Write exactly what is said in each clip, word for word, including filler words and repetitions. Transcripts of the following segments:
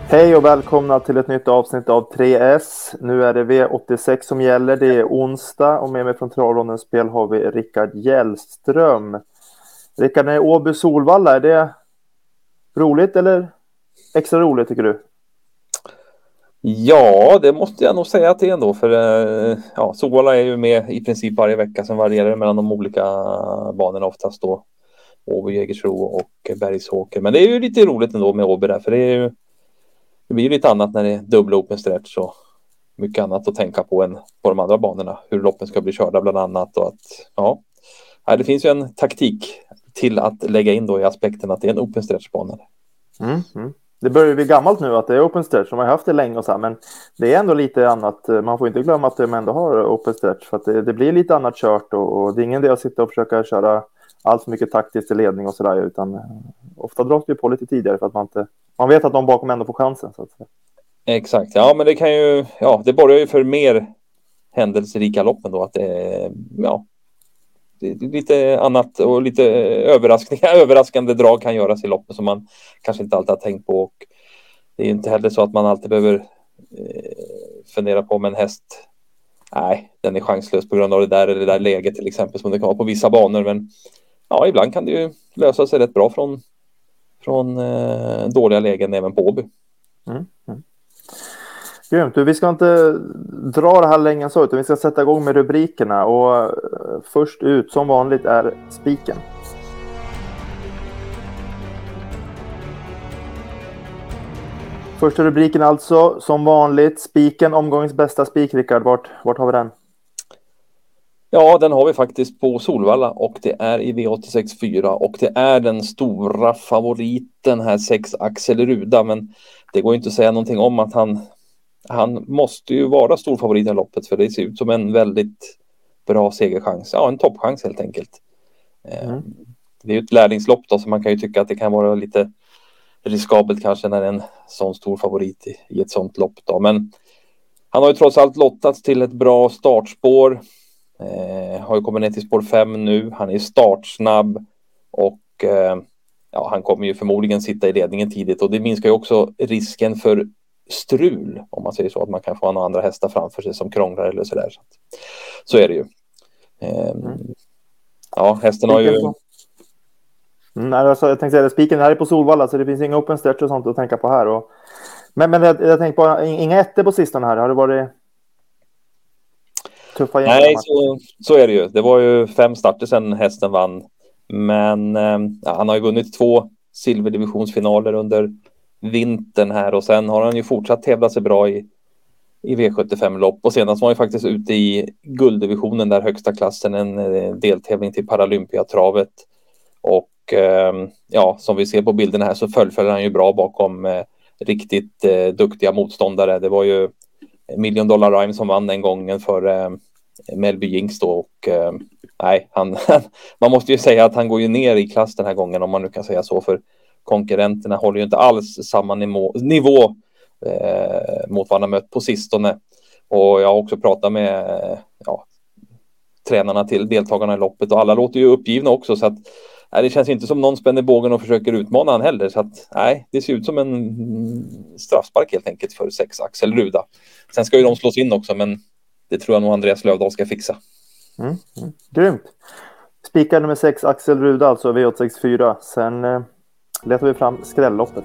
Hej och välkomna till ett nytt avsnitt av tre S. Nu är det V åttiosex som gäller. Det är onsdag och med mig från Travrondens spel har vi Rickard Hjellström. Rickard, när Åby Solvalla, är det roligt eller extra roligt tycker du? Ja, det måste jag nog säga att det är ändå. För ja, Solvalla är ju med i princip varje vecka. Sen varierar det mellan de olika banorna oftast då. Åby, Jägersro och Bergsåker. Men det är ju lite roligt ändå med Åby där. För det, är ju, det blir ju lite annat när det är dubbla open stretch och mycket annat att tänka på än på de andra banorna. Hur loppen ska bli körda bland annat. Och att, ja, det finns ju en taktik till att lägga in då i aspekten att det är en open stretch-bana. Mm, mm. Det börjar ju bli gammalt nu att det är open stretch. De har haft det länge och så här, men det är ändå lite annat. Man får inte glömma att de ändå har open stretch för att det, det blir lite annat kört och, och det är ingen idé att sitta och försöka köra allt för mycket taktiskt i ledning och sådär, utan ofta dras det på lite tidigare för att man inte man vet att de bakom ändå får chansen så att säga. Exakt, ja men det kan ju ja det borgar ju för mer händelserika loppen då att det är ja det är lite annat och lite överraskningar, överraskande drag kan göras i loppen som man kanske inte alltid har tänkt på, och det är inte heller så att man alltid behöver eh, fundera på om en häst nej, den är chanslös på grund av det där eller det där läget till exempel som det kan vara på vissa banor, men ja, ibland kan det ju lösa sig rätt bra från från eh, dåliga lägen även på Åby. Mm, mm. Grymt. Vi ska inte dra det här länge så, utan vi ska sätta igång med rubrikerna. Och först ut som vanligt är spiken. Första rubriken alltså, som vanligt, spiken, omgångens bästa spik, Rickard. Vart, vart har vi den? Ja, den har vi faktiskt på Solvalla och det är i V åttiosex fyra och det är den stora favoriten här, sex Axel Ruda, men det går inte att säga någonting om att han han måste ju vara stor favorit i loppet, för det ser ut som en väldigt bra segerchans. Ja, en toppchans helt enkelt. Mm. Det är ju ett lärlingslopp då, så man kan ju tycka att det kan vara lite riskabelt kanske när en sån stor favorit i, i ett sånt lopp då. Men han har ju trots allt lottats till ett bra startspår. Eh, har ju kommit ner till spår fem nu. Han är startsnabb och eh, ja, han kommer ju förmodligen sitta i ledningen tidigt, och det minskar ju också risken för strul, om man säger så, att man kan få några andra hästar framför sig som krånglar eller sådär. Så, så är det ju. Ehm, mm. Ja, hästen har ju... Mm, alltså, jag tänkte säga det, spiken här är på Solvalla, så det finns inga open stretch och sånt att tänka på här. Och... Men, men jag, jag tänkte på, inga ettor på sistone här. Har det varit tuffa gäng? Nej, så, så är det ju. Det var ju fem starter sedan hästen vann. Men ja, han har ju vunnit två silverdivisionsfinaler under vintern här, och sen har han ju fortsatt tävla sig bra i, i V sjuttiofem-lopp, och senast var han ju faktiskt ute i gulddivisionen, där högsta klassen, en eh, deltävling till Paralympiatravet, och eh, ja, som vi ser på bilderna här så fullföljer han ju bra bakom eh, riktigt eh, duktiga motståndare. Det var ju Million Dollar Rhyme som vann den gången för eh, Melby Jinx då, och eh, nej, han, man måste ju säga att han går ju ner i klass den här gången, om man nu kan säga så, för konkurrenterna håller ju inte alls samma nivå, nivå eh, mot vad han har mött på sistone. Och jag har också pratat med ja, tränarna till deltagarna i loppet, och alla låter ju uppgivna också, så att nej, det känns inte som någon spänner bågen och försöker utmana han heller, så att nej, det ser ut som en straffspark helt enkelt för sex Axel Ruda. Sen ska ju de slås in också, men det tror jag nog Andreas Lövdahl ska fixa. Mm, mm. Grymt. Spikar nummer sex Axel Ruda, alltså V åttiosex fyra. Sen eh, letar vi fram skrälloppet.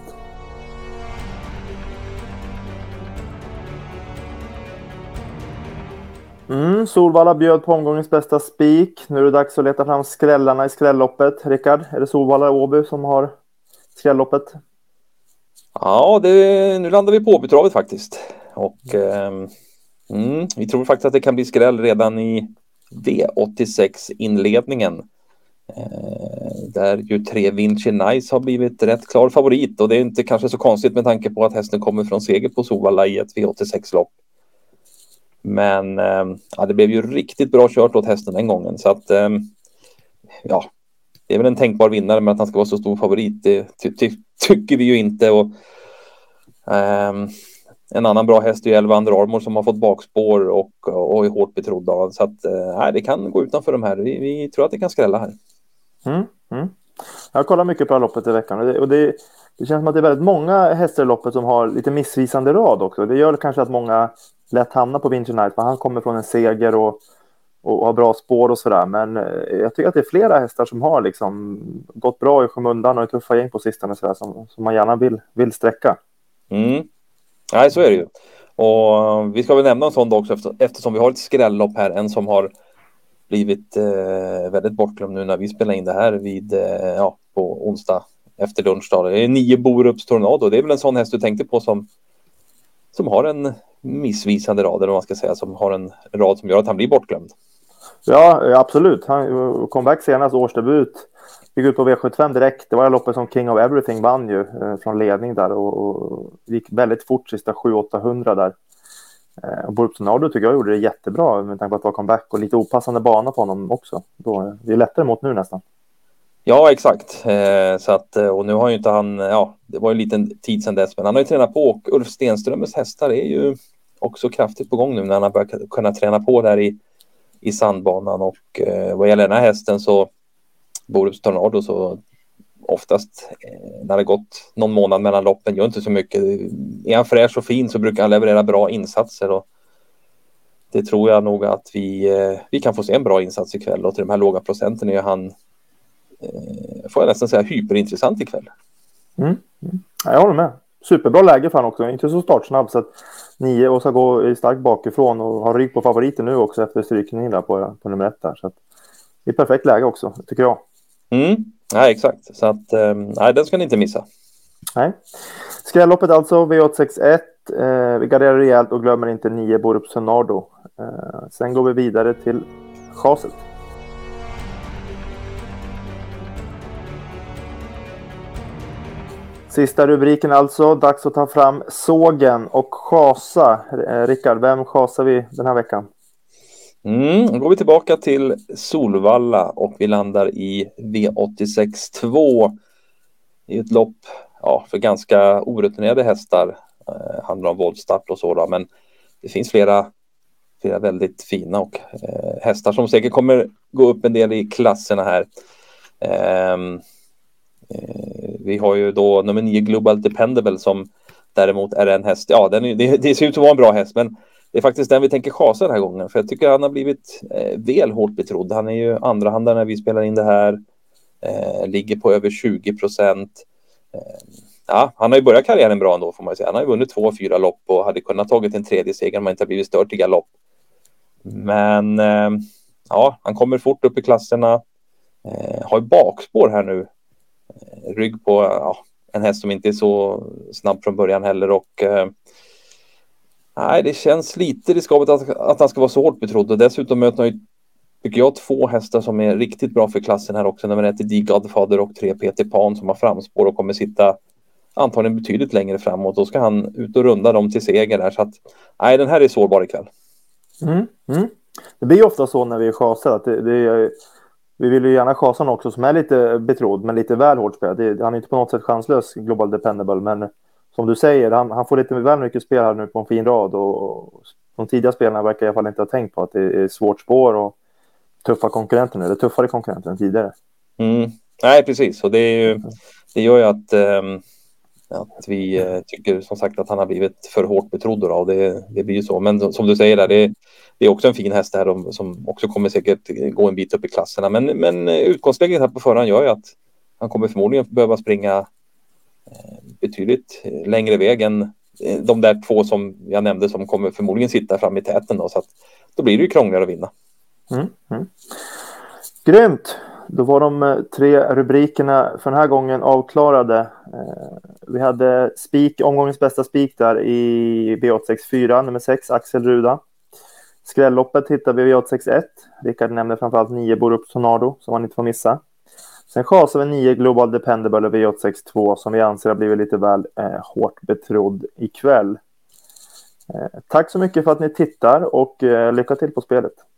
Mm, Solvalla bjöd på omgångens bästa spik. Nu är det dags att leta fram skrällarna i skrälloppet. Rickard, är det Solvalla och Åby som har skrälloppet? Ja, det, nu landar vi på Åbytravet faktiskt. Och eh, mm, vi tror faktiskt att det kan bli skräll redan i V åttiosex-inledningen. Eh, där ju tre Vinci Nice har blivit rätt klar favorit, och det är inte kanske så konstigt med tanke på att hästen kommer från seger på Solvalla i ett V åttiosex-lopp. Men eh, ja, det blev ju riktigt bra kört åt hästen den gången, så att eh, ja, det är väl en tänkbar vinnare, men att han ska vara så stor favorit, det ty- ty- tycker vi ju inte. Och eh, en annan bra häst är ju elva Under Armour som har fått bakspår och, och är hårt betrodd av, så att eh, det kan gå utanför de här. Vi, vi tror att det kan skrälla här. Mm, mm. Jag kollar mycket på loppet i veckan, och det, och det det känns som att det är väldigt många hästar i loppet som har lite missvisande rad också. Det gör kanske att många lätt hamnar på Vinci Knight, för han kommer från en seger och, och har bra spår och sådär. Men jag tycker att det är flera hästar som har liksom gått bra i skymundan och är tuffa gäng på sistone sådär, som, som man gärna vill, vill sträcka. Mm. Nej, så är det ju. Och vi ska väl nämna en sån dag också efter, eftersom vi har ett skrällopp här. En som har blivit eh, väldigt bortglömd nu när vi spelar in det här vid, eh, ja, på onsdag efter lunch. Då. Det är nio Borups Tornado. Det är väl en sån häst du tänkte på som, som har en missvisande rad, eller vad man ska säga, som har en rad som gör att han blir bortglömd. Ja, absolut. Han kom back senast, årsdebut. Gick ut på V sjuttiofem direkt. Det var loppet som King of Everything vann ju eh, från ledning där och, och gick väldigt fort sista sju åtta hundra där. Eh, och Borups Tornado tycker jag gjorde det jättebra med tanke på att det var comeback och lite opassande bana på honom också. Då, det är lättare mot nu nästan. Ja, exakt. Eh, så att, och nu har ju inte han, ja, det var ju en liten tid sedan dess, men han har ju tränat på, och Ulf Stenströms hästar är ju också kraftigt på gång nu när han har börjat kunna träna på där i, i sandbanan. Och eh, vad gäller den här hästen så Borups Tornado, så oftast eh, när det gått någon månad mellan loppen gör inte så mycket. Är han fräsch och fin så brukar han leverera bra insatser, och det tror jag nog att vi, eh, vi kan få se en bra insats ikväll. Och till de här låga procenten är han, eh, får jag nästan säga, hyperintressant ikväll. Mm. Mm. Jag håller med. Superbra läge för han också. Inte så startsnabb, så att nio och ska gå i starkt bakifrån och har rygg på favoriten nu också efter strykningen där på, på nummer ett där. Så att det är perfekt läge också, tycker jag. Mm. Ja, exakt. Så att, eh, nej, den ska ni inte missa. Nej. Skrälloppet alltså, V åttahundrasextioett. Eh, vi garderar rejält och glömmer inte nio Borups Tornado. Eh, sen går vi vidare till chaset. Sista rubriken alltså. Dags att ta fram sågen och chasa. Eh, Rickard, vem chasar vi den här veckan? Mm, då går vi tillbaka till Solvalla och vi landar i V åttiosex två. Det är ett lopp, ja, för ganska orutinerade hästar. Eh, handlar om voltstart och så då, men det finns flera, flera väldigt fina och eh, hästar som säkert kommer gå upp en del i klasserna här. Eh, eh, vi har ju då nummer nio Global Dependable som däremot är en häst, ja, den är, det, det ser ut att vara en bra häst, men det är faktiskt den vi tänker chasa den här gången, för jag tycker han har blivit eh, väl hårt betrodd. Han är ju andra handare när vi spelar in det här, eh, ligger på över tjugo procent. Eh, ja, han har ju börjat karriären bra ändå, får man ju säga. Han har ju vunnit två, fyra lopp och hade kunnat tagit en tredje seger om han inte har blivit stört i galopp. Men eh, ja, han kommer fort upp i klasserna. Eh, har ju bakspår här nu. Eh, rygg på ja, en häst som inte är så snabb från början heller, och eh, nej, det känns lite riskabelt att, att han ska vara så hårt betrodd. Och dessutom möter han ju, tycker jag, två hästar som är riktigt bra för klassen här också. Nummer ett är D Godfather och tre Peter Pan som har framspår och kommer sitta antagligen betydligt längre framåt. Då ska han ut och runda dem till seger där. Så att, nej, den här är sårbar ikväll. Mm, mm. Det blir ju ofta så när vi chasar att det, det är, vi vill ju gärna chasa någon också som är lite betrodd men lite väl hårt spelad. Det, han är inte på något sätt chanslös, Global Dependable, men som du säger, han, han får lite väl mycket spel här nu på en fin rad, och, och de tidiga spelarna verkar i alla fall inte ha tänkt på att det är svårt spår och tuffa konkurrenter nu, eller tuffare konkurrenter än tidigare. Mm. Nej, precis, och det, är ju, det gör ju att, ähm, att vi äh, tycker som sagt att han har blivit för hårt betrodd då, och det, det blir ju så, men som du säger där, det, det är också en fin häst här som också kommer säkert gå en bit upp i klasserna, men, men utgångsläget här på förhand gör ju att han kommer förmodligen behöva springa betydligt längre väg än de där två som jag nämnde som kommer förmodligen sitta fram i täten då, så att då blir det ju krångligare att vinna. Mm, mm. Grymt! Då var de tre rubrikerna för den här gången avklarade. Vi hade spik, omgångens bästa spik där i V åttahundrasextiofyra, nummer sex, Axel Ruda. Skrälloppet hittar vi i V åttahundrasextioett. Rickard nämnde framförallt nio Borups Tornado som man inte får missa. Sen chasar vi nio Global Dependable och V åttahundrasextiotvå som vi anser har blivit lite väl eh, hårt betrodd ikväll. Eh, tack så mycket för att ni tittar och eh, lycka till på spelet.